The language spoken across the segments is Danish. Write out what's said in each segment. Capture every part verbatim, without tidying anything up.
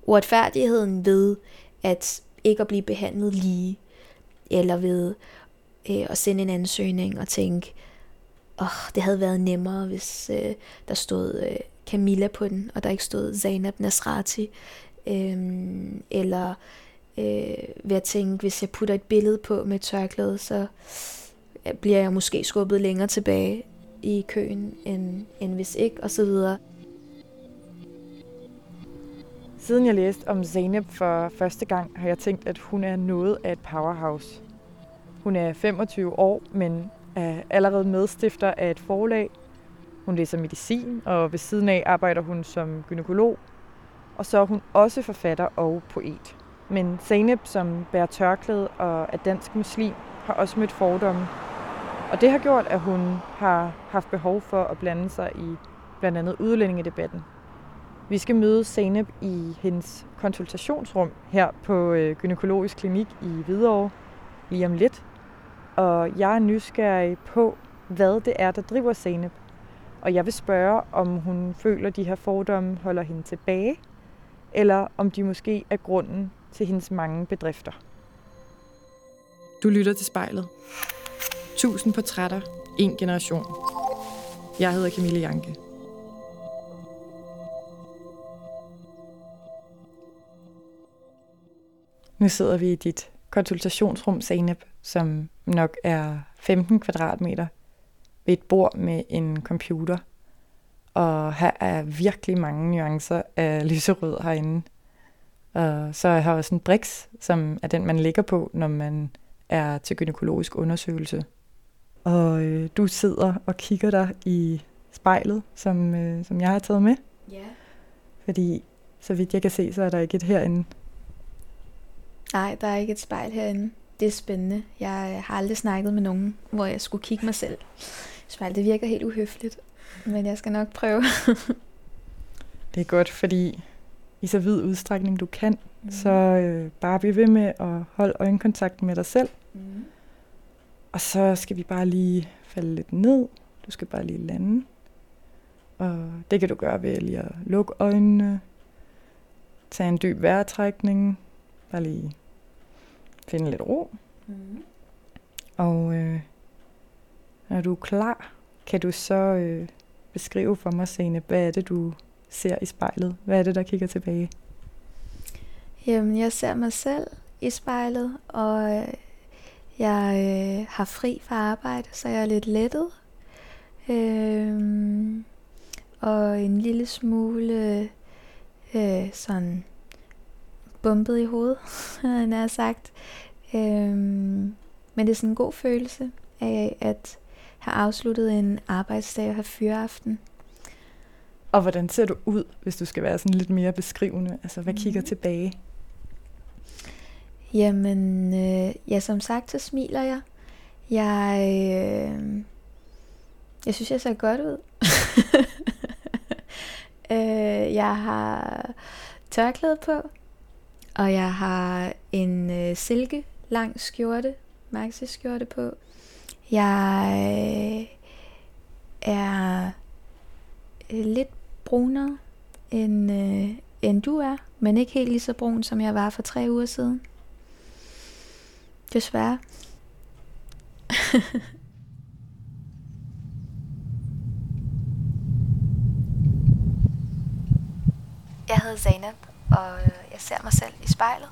uretfærdigheden ved at ikke at blive behandlet lige, eller ved øh, at sende en ansøgning og tænke, åh, oh, det havde været nemmere, hvis øh, der stod øh, Camilla på den, og der ikke stod Zainab Nasrati, øhm, eller øh, ved at tænke, hvis jeg putter et billede på med et tørklæde, så bliver jeg måske skubbet længere tilbage i køen, end, end hvis ikke, og så videre. Siden jeg læste om Zainab for første gang, har jeg tænkt, at hun er noget af et powerhouse. Hun er femogtyve år, men er allerede medstifter af et forlag. Hun læser medicin, og ved siden af arbejder hun som gynækolog. Og så er hun også forfatter og poet. Men Zainab, som bærer tørklæde og er dansk muslim, har også mødt fordomme. Og det har gjort, at hun har haft behov for at blande sig i blandt andet udlændingedebatten. Vi skal møde Zainab i hendes konsultationsrum her på Gynækologisk Klinik i Hvidovre lige om lidt. Og jeg er nysgerrig på, hvad det er, der driver Zainab. Og jeg vil spørge, om hun føler, at de her fordomme holder hende tilbage, eller om de måske er grunden til hendes mange bedrifter. Du lytter til Spejlet. Tusind portrætter, en generation. Jeg hedder Camilla Janke. Nu sidder vi i dit konsultationsrum, Zainab, som nok er femten kvadratmeter, ved et bord med en computer. Og her er virkelig mange nuancer af lyserød herinde. Og så er her også en briks, som er den, man ligger på, når man er til gynækologisk undersøgelse. Og øh, du sidder og kigger der i spejlet, som, øh, som jeg har taget med. Ja. Yeah. Fordi, så vidt jeg kan se, så er der ikke et herinde. Nej, der er ikke et spejl herinde. Det er spændende. Jeg har aldrig snakket med nogen, hvor jeg skulle kigge mig selv. Spejl, det virker helt uhøfligt, men jeg skal nok prøve. Det er godt, fordi i så vid udstrækning du kan, mm. så øh, bare bliv ved med at holde øjenkontakt med dig selv. Mm. Og så skal vi bare lige falde lidt ned. Du skal bare lige lande. Og det kan du gøre ved lige at lukke øjnene. Tage en dyb vejrtrækning. Bare lige finde lidt ro. Mm. Og øh, når du er klar, kan du så øh, beskrive for mig, Zainab, hvad er det, du ser i spejlet? Hvad er det, der kigger tilbage? Jamen, jeg ser mig selv i spejlet, og jeg øh, har fri fra arbejde, så jeg er lidt lettet. Øhm, og en lille smule øh, sådan bumpet i hovedet, havde jeg sagt. Øhm, men det er sådan en god følelse af at have afsluttet en arbejdsdag og have fyreaften. Og hvordan ser du ud, hvis du skal være sådan lidt mere beskrivende? Altså, hvad kigger mm. tilbage? Jamen, øh, ja, som sagt, så smiler jeg. Jeg, øh, jeg synes, jeg ser godt ud. øh, jeg har tørklæde på, og jeg har en øh, silke lang skjorte, maxi-skjorte på. Jeg øh, er øh, lidt brunere, end, øh, end du er, men ikke helt lige så brun, som jeg var for tre uger siden. Desværre. Jeg hedder Zainab, og jeg ser mig selv i spejlet.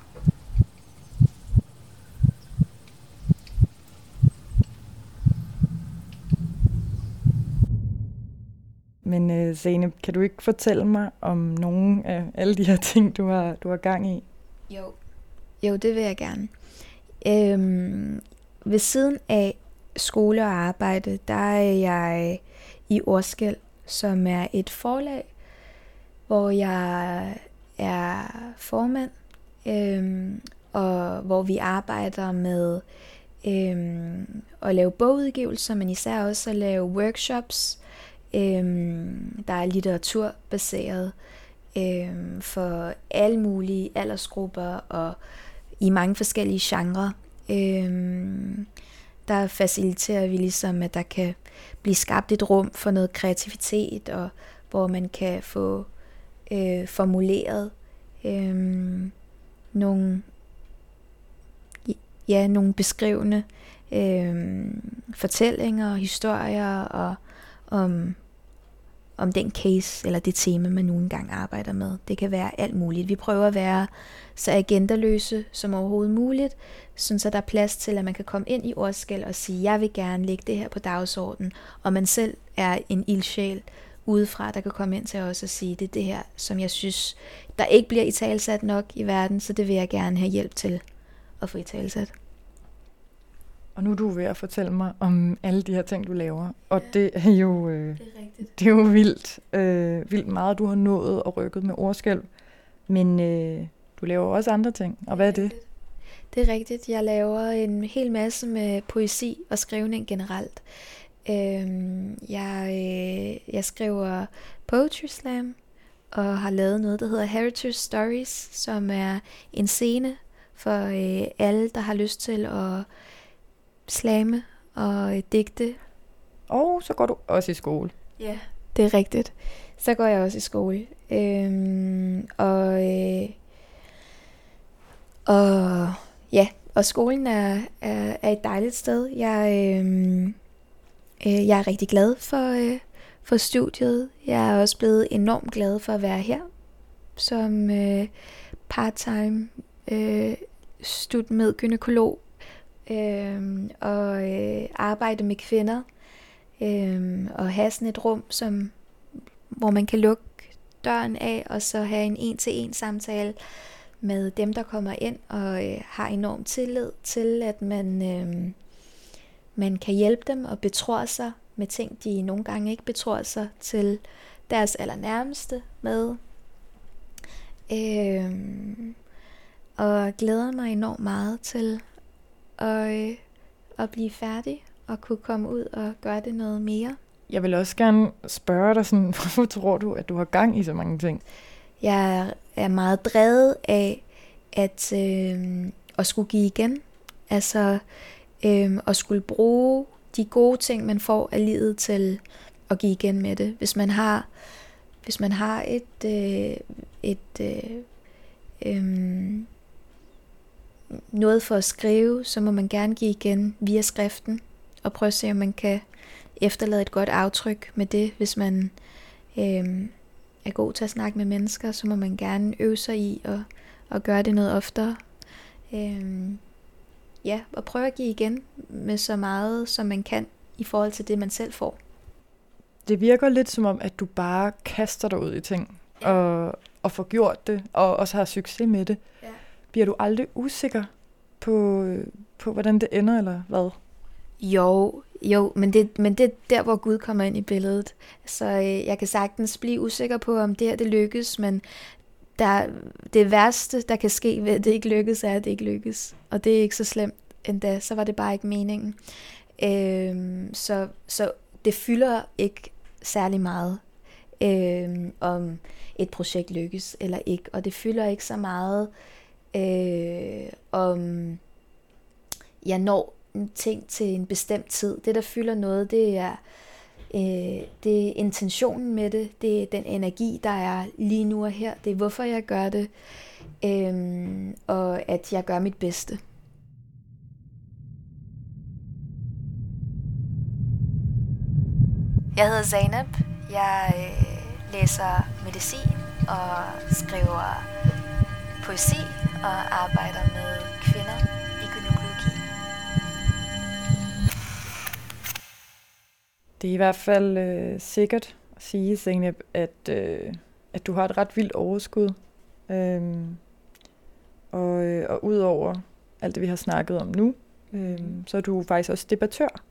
Men uh, Zainab, kan du ikke fortælle mig om nogle af alle de her ting, du har, du har gang i? Jo, jo, det vil jeg gerne. Øhm, ved siden af skole og arbejde, der er jeg i Ordskæld, som er et forlag, hvor jeg er formand, øhm, og hvor vi arbejder med øhm, at lave bogudgivelser, men især også at lave workshops, øhm, der er litteraturbaseret øhm, for alle mulige aldersgrupper og i mange forskellige genrer. Øhm, der faciliterer vi ligesom, at der kan blive skabt et rum for noget kreativitet, og hvor man kan få øh, formuleret øhm, nogle, ja, nogle beskrivende øhm, fortællinger og historier og om, om den case eller det tema, man nu engang arbejder med. Det kan være alt muligt. Vi prøver at være så agendaløse som overhovedet muligt, så der er plads til, at man kan komme ind i Ordskæl og sige, jeg vil gerne lægge det her på dagsordenen, og man selv er en ildsjæl udefra, der kan komme ind til os og sige, det er det her, som jeg synes, der ikke bliver italesat nok i verden, så det vil jeg gerne have hjælp til at få italesat. Og nu er du ved at fortælle mig om alle de her ting, du laver. Og ja, det er jo øh, det er rigtigt. Det er jo vildt, øh, vildt meget, du har nået og rykket med Ordskælv. Men øh, du laver også andre ting. Og hvad er det? Det er rigtigt. Jeg laver en hel masse med poesi og skrivning generelt. Øhm, jeg, øh, jeg skriver Poetry Slam og har lavet noget, der hedder Heritage Stories, som er en scene for øh, alle, der har lyst til at slamme og øh, digte. Og så går du også i skole. Ja, det er rigtigt. Så går jeg også i skole. Øhm, og, øh, og ja, og skolen er, er, er et dejligt sted. Jeg, øh, øh, jeg er rigtig glad for, øh, for studiet. Jeg er også blevet enormt glad for at være her som øh, part-time øh, stud med gynekolog øh, og øh, arbejde med kvinder øh, og have sådan et rum, som, hvor man kan lukke døren af og så have en en-til-en samtale med dem, der kommer ind og øh, har enorm tillid til, at man, øh, man kan hjælpe dem og betror sig med ting, de nogle gange ikke betror sig til deres allernærmeste med. Øh, og glæder mig enormt meget til at, øh, at blive færdig og kunne komme ud og gøre det noget mere. Jeg vil også gerne spørge dig, sådan, hvorfor tror du, at du har gang i så mange ting? Jeg er meget drevet af at, øh, at skulle give igen. Altså øh, at skulle bruge de gode ting, man får af livet til at give igen med det. Hvis man har, hvis man har et, øh, et øh, øh, noget for at skrive, så må man gerne give igen via skriften og prøve at se, om man kan efterlade et godt aftryk med det. Hvis man øh, er god til at snakke med mennesker, så må man gerne øve sig i at, at gøre det noget oftere. Øh, ja, og prøve at give igen med så meget, som man kan i forhold til det, man selv får. Det virker lidt som om, at du bare kaster dig ud i ting, ja. og, og får gjort det, og også har succes med det. Ja. Bliver du aldrig usikker på, på, hvordan det ender, eller hvad? Jo, jo, men det, men det er der, hvor Gud kommer ind i billedet. Så øh, jeg kan sagtens blive usikker på, om det her det lykkes, men der, det værste, der kan ske ved, at det ikke lykkes, er, at det ikke lykkes. Og det er ikke så slemt endda, så var det bare ikke meningen. Øh, så, så det fylder ikke særlig meget, øh, om et projekt lykkes eller ikke. Og det fylder ikke så meget, øh, om jeg når ting til en bestemt tid. Det, der fylder noget, det er, øh, det er intentionen med det. Det er den energi, der er lige nu og her. Det er, hvorfor jeg gør det. Øh, og at jeg gør mit bedste. Jeg hedder Zainab. Jeg øh, læser medicin og skriver poesi og arbejder med kvinder i gynækologi. Det er i hvert fald øh, sikkert at sige, Zainab, at, øh, at du har et ret vildt overskud. Øhm, og, øh, og udover alt det, vi har snakket om nu, øh, så er du faktisk også debattør.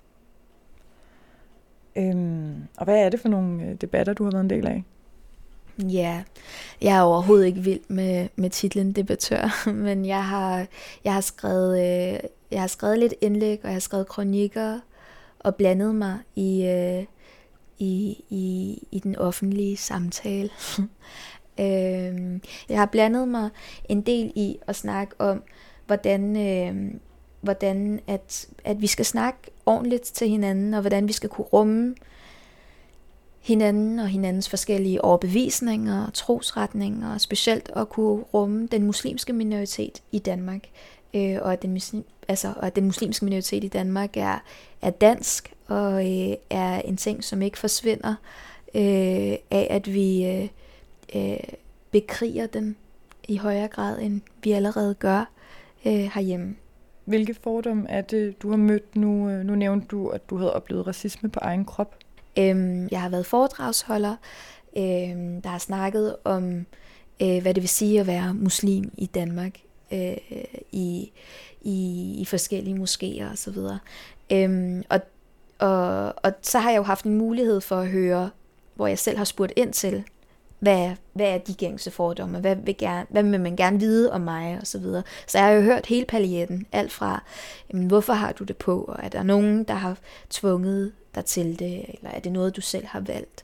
Øhm, og hvad er det for nogle debatter, du har været en del af? Ja, jeg er overhovedet ikke vild med, med titlen debattør, men jeg har, jeg, har skrevet, øh, jeg har skrevet lidt indlæg, og jeg har skrevet kronikker, og blandet mig i, øh, i, i, i den offentlige samtale. øh, jeg har blandet mig en del i at snakke om, hvordan... Øh, hvordan at, at vi skal snakke ordentligt til hinanden, og hvordan vi skal kunne rumme hinanden og hinandens forskellige overbevisninger og trosretninger, og specielt at kunne rumme den muslimske minoritet i Danmark, øh, og, at den muslim, altså, og at den muslimske minoritet i Danmark er, er dansk, og øh, er en ting, som ikke forsvinder øh, af, at vi øh, øh, bekriger dem i højere grad, end vi allerede gør øh, herhjemme. Hvilke fordomme er det, du har mødt nu? Nu nævnte du, at du havde oplevet racisme på egen krop. Øhm, jeg har været foredragsholder, øhm, der har snakket om, øh, hvad det vil sige at være muslim i Danmark, øh, i, i, i forskellige moskéer osv. Øhm, og, og, og så har jeg jo haft en mulighed for at høre, hvor jeg selv har spurgt ind til, hvad, hvad er de gængse fordomme, hvad vil, gerne, hvad vil man gerne vide om mig, og så videre. Så jeg har jo hørt hele paletten, alt fra, jamen, hvorfor har du det på, og er der nogen, der har tvunget dig til det, eller er det noget, du selv har valgt?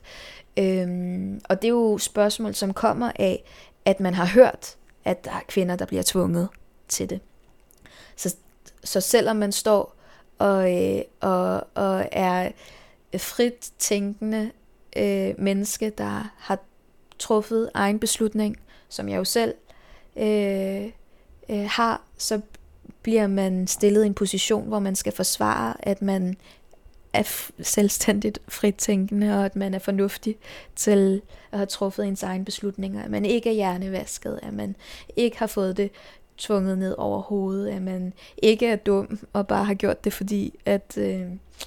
Øhm, og det er jo spørgsmål, som kommer af, at man har hørt, at der er kvinder, der bliver tvunget til det. Så, så selvom man står og, øh, og, og er frit tænkende øh, menneske, der har truffet egen beslutning, som jeg jo selv øh, øh, har, så bliver man stillet i en position, hvor man skal forsvare, at man er f- selvstændigt frittænkende, og at man er fornuftig til at have truffet ens egen beslutninger, at man ikke er hjernevasket, at man ikke har fået det tvunget ned over hovedet, at man ikke er dum og bare har gjort det, fordi at, øh,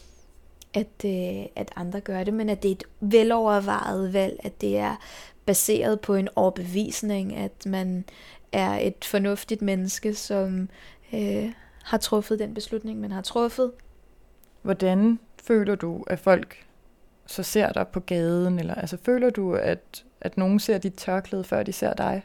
at, øh, at andre gør det, men at det er et velovervejet valg, at det er baseret på en overbevisning, at man er et fornuftigt menneske, som øh, har truffet den beslutning, man har truffet. Hvordan føler du, at folk så ser dig på gaden? Eller altså, føler du, at, at nogen ser dit tørklæde, før de ser dig?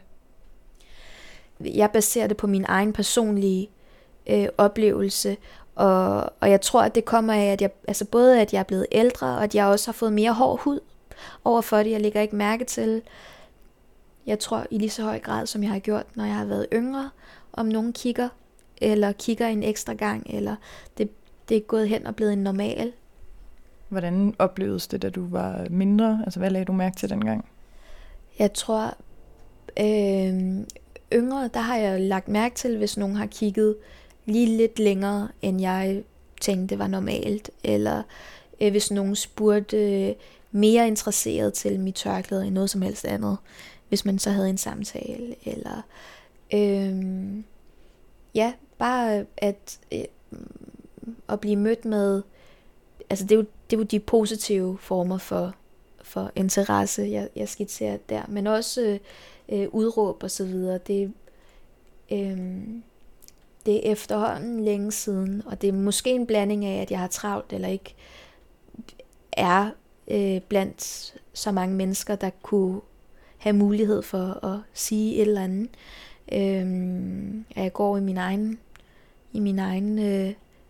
Jeg baserer det på min egen personlige øh, oplevelse, og, og jeg tror, at det kommer af, at jeg, altså både at jeg er blevet ældre, og at jeg også har fået mere hård hud overfor det. Jeg lægger ikke mærke til, jeg tror i lige så høj grad, som jeg har gjort, når jeg har været yngre, om nogen kigger, eller kigger en ekstra gang, eller det, det er gået hen og blevet en normal. Hvordan oplevedes det, da du var mindre? Altså, hvad lagde du mærke til dengang? Jeg tror, øh, yngre, der har jeg lagt mærke til, hvis nogen har kigget lige lidt længere, end jeg tænkte var normalt, eller øh, hvis nogen spurgte øh, mere interesseret til mit tørklæde end noget som helst andet, hvis man så havde en samtale, eller øh, ja, bare at, øh, at blive mødt med, altså det er jo, det er jo de positive former for, for interesse, jeg, jeg skitserer der, men også øh, udråb og så videre, det, øh, det er efterhånden længe siden, og det er måske en blanding af, at jeg har travlt, eller ikke er øh, blandt så mange mennesker, der kunne have mulighed for at sige et eller andet. Øh, at jeg går i min egen, i min egen, øh,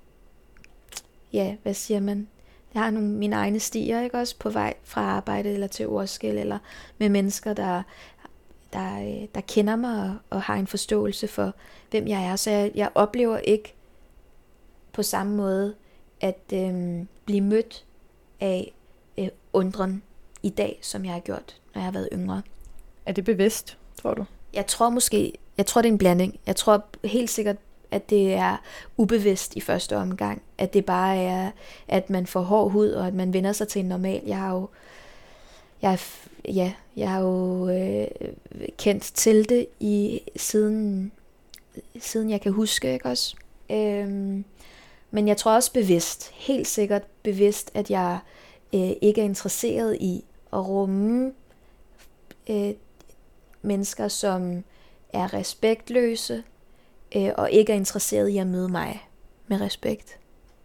ja, hvad siger man? Jeg har nogle mine egne stier, ikke også, på vej fra arbejde eller til Orskæld, eller med mennesker, der, der, der kender mig og, og har en forståelse for, hvem jeg er. Så jeg, jeg oplever ikke på samme måde at øh, blive mødt af øh, undren i dag, som jeg har gjort, når jeg har været yngre. Er det bevidst, tror du? Jeg tror måske, jeg tror det er en blanding. Jeg tror helt sikkert, at det er ubevidst i første omgang. At det bare er, at man får hård hud, og at man vender sig til en normal. Jeg har jo, jeg, ja, jeg har jo øh, kendt til det i siden, siden jeg kan huske, ikke også? Øhm, men jeg tror også bevidst, helt sikkert bevidst, at jeg øh, ikke er interesseret i at rumme øh, mennesker, som er respektløse, øh, og ikke er interesseret i at møde mig med respekt.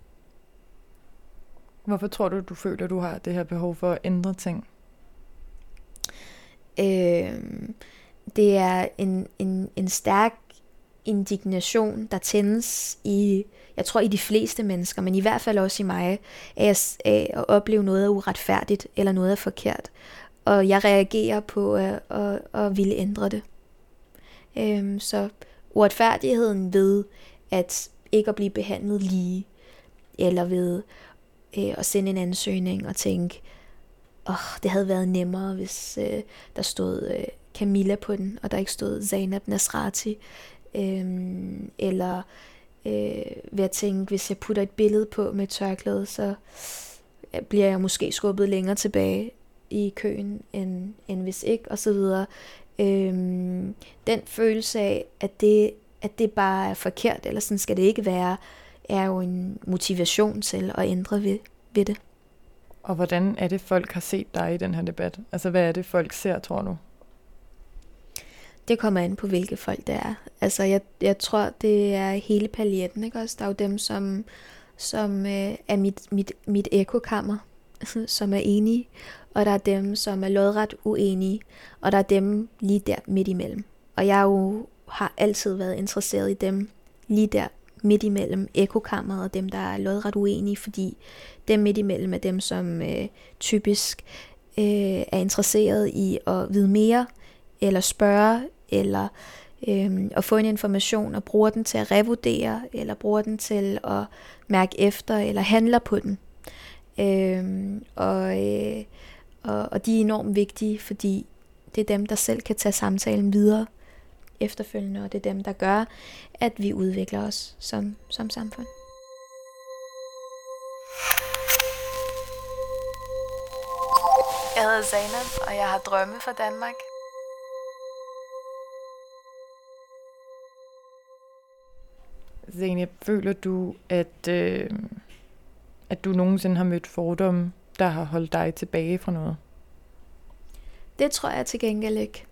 Hvorfor tror du, du føler, du har det her behov for at ændre ting? Øh, det er en, en, en stærk indignation, der tændes i, jeg tror i de fleste mennesker, men i hvert fald også i mig, af at, af at opleve noget er uretfærdigt, eller noget er forkert. Og jeg reagerer på at, at, at ville ændre det. Øh, så uretfærdigheden ved at ikke at blive behandlet lige, eller ved øh, at sende en ansøgning og tænke, åh, det havde været nemmere, hvis øh, der stod øh, Camilla på den, og der ikke stod Zainab Nasrati. Øhm, eller øh, ved at tænke, hvis jeg putter et billede på med et tørklæde, så bliver jeg måske skubbet længere tilbage i køen, end, end hvis ikke, og så videre. Øhm, den følelse af, at det, at det bare er forkert, eller sådan skal det ikke være, er jo en motivation til at ændre ved, ved det. Og hvordan er det, folk har set dig i den her debat? Altså, hvad er det, folk ser, tror du? Det kommer an på, hvilke folk det er. Altså, jeg, jeg tror, det er hele paletten, ikke også? Der er jo dem, som, som øh, er mit, mit, mit ekokammer, som er enige, og der er dem, som er lodret uenige, og der er dem lige der midt imellem. Og jeg jo har altid været interesseret i dem lige der midt imellem ekokammeret og dem, der er lodret uenige, fordi dem midt imellem er dem, som øh, typisk øh, er interesseret i at vide mere, eller spørge, eller øh, at få en information og bruger den til at revurdere, eller bruger den til at mærke efter, eller handler på den. Øh, og, øh, og, og de er enormt vigtige, fordi det er dem, der selv kan tage samtalen videre efterfølgende, og det er dem, der gør, at vi udvikler os som, som samfund. Jeg hedder Zainab, og jeg har drømme for Danmark. Zainab, føler du, at, øh, at du nogensinde har mødt fordomme, der har holdt dig tilbage fra noget? Det tror jeg til gengæld ikke.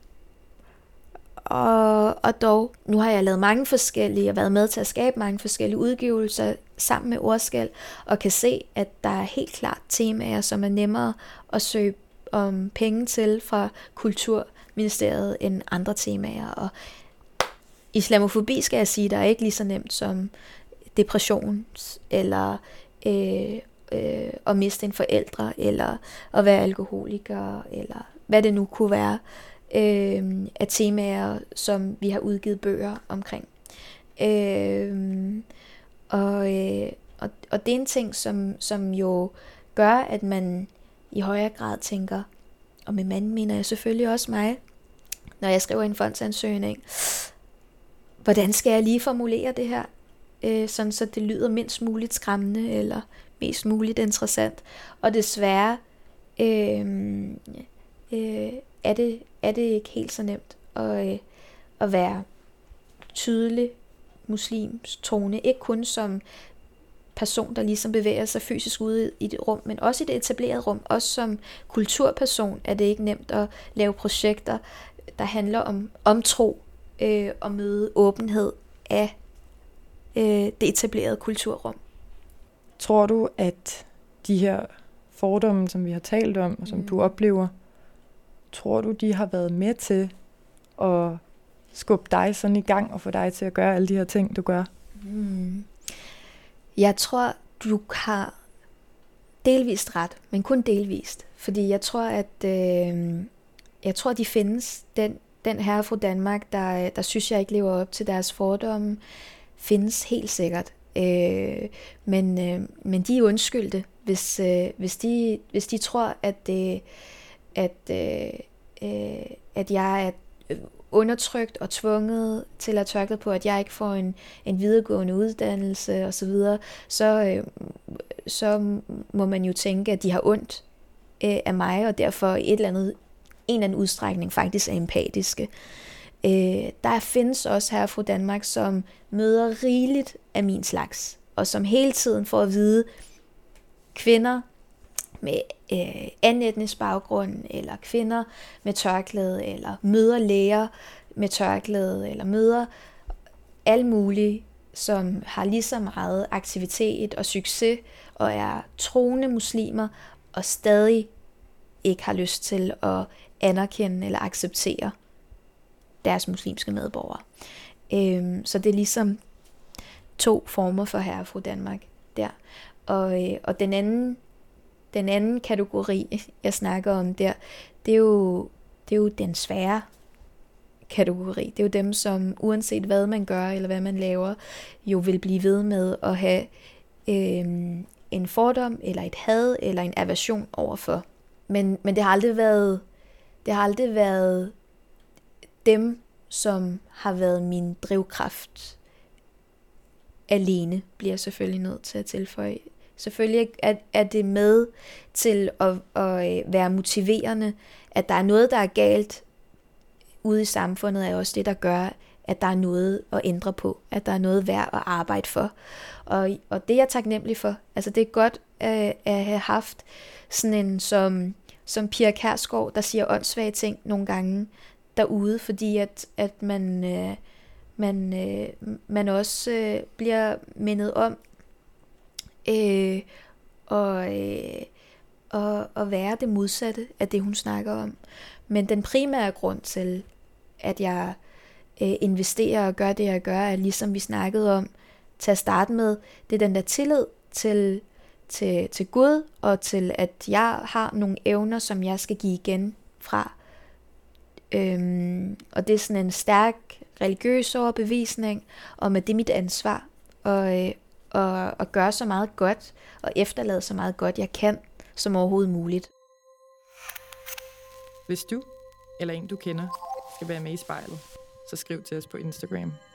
Og, og dog, nu har jeg lavet mange forskellige, og været med til at skabe mange forskellige udgivelser sammen med Ordskæl, og kan se, at der er helt klart temaer, som er nemmere at søge om penge til fra Kulturministeriet end andre temaer. Og islamofobi, skal jeg sige, der er ikke lige så nemt som depression, eller øh, øh, at miste en forældre, eller at være alkoholiker, eller hvad det nu kunne være. Øh, af temaer, som vi har udgivet bøger omkring. Øh, og, øh, og, og det er en ting, som, som jo gør, at man i højere grad tænker, og med manden mener jeg selvfølgelig også mig, når jeg skriver en fondsansøgning, hvordan skal jeg lige formulere det her, øh, sådan så det lyder mindst muligt skræmmende, eller mest muligt interessant. Og desværre øh, øh, er det er det ikke helt så nemt at, øh, at være tydelig muslimsk tone, ikke kun som person, der ligesom bevæger sig fysisk ude i det rum, men også i det etablerede rum. Også som kulturperson er det ikke nemt at lave projekter, der handler om omtro øh, og møde åbenhed af øh, det etablerede kulturrum. Tror du, at de her fordomme, som vi har talt om, og som mm. du oplever, tror du, de har været med til at skubbe dig sådan i gang og få dig til at gøre alle de her ting, du gør? Mm. Jeg tror, du har delvist ret, men kun delvist. Fordi jeg tror, at øh, jeg tror, de findes. Den, den her fra Danmark, der, der synes jeg ikke lever op til deres fordomme, findes helt sikkert. Øh, men, øh, men de er undskyldte, hvis, øh, hvis, de, hvis de tror, at det at, øh, øh, at jeg er undertrykt og tvunget til at tørkle på, at jeg ikke får en, en videregående uddannelse osv., så, videre, så, øh, så må man jo tænke, at de har ondt øh, af mig, og derfor i et eller andet, en eller anden udstrækning faktisk er empatiske. Øh, der findes også her fra Danmark, som møder rigeligt af min slags, og som hele tiden får at vide, kvinder med øh, anden etnisk baggrund, eller kvinder med tørklæde, eller møder læger med tørklæde, eller møder alle mulige, som har lige så meget aktivitet og succes, og er troende muslimer, og stadig ikke har lyst til at anerkende eller acceptere deres muslimske medborgere. Øhm, så det er ligesom to former for herre fra Danmark der. Og, øh, og den anden Den anden kategori, jeg snakker om der, det er jo, det er jo den svære kategori. Det er jo dem, som uanset hvad man gør, eller hvad man laver, jo vil blive ved med at have øh, en fordom, eller et had, eller en aversion overfor men, men det har aldrig været, det har aldrig været dem, som har været min drivkraft alene, bliver jeg selvfølgelig nødt til at tilføje. Selvfølgelig er, er det med til at, at være motiverende, at der er noget, der er galt ude i samfundet, er også det, der gør, at der er noget at ændre på, at der er noget værd at arbejde for. Og, og det er jeg taknemmelig for. Altså det er godt at, at have haft sådan en som, som Pia Kjærsgaard, der siger åndssvage ting nogle gange derude, fordi at, at man, øh, man, øh, man også øh, bliver mindet om øh, og, øh, og, og være det modsatte af det, hun snakker om. Men den primære grund til, at jeg øh, investerer og gør det, jeg gør, er ligesom vi snakkede om til at starte med, det er den der tillid til, til, til Gud, og til at jeg har nogle evner, som jeg skal give igen fra. Øhm, og det er sådan en stærk religiøs overbevisning om, at det er mit ansvar at, øh, at, at gøre så meget godt, og efterlade så meget godt, jeg kan, som overhovedet muligt. Hvis du, eller en du kender, skal være med i spejlet, så skriv til os på Instagram.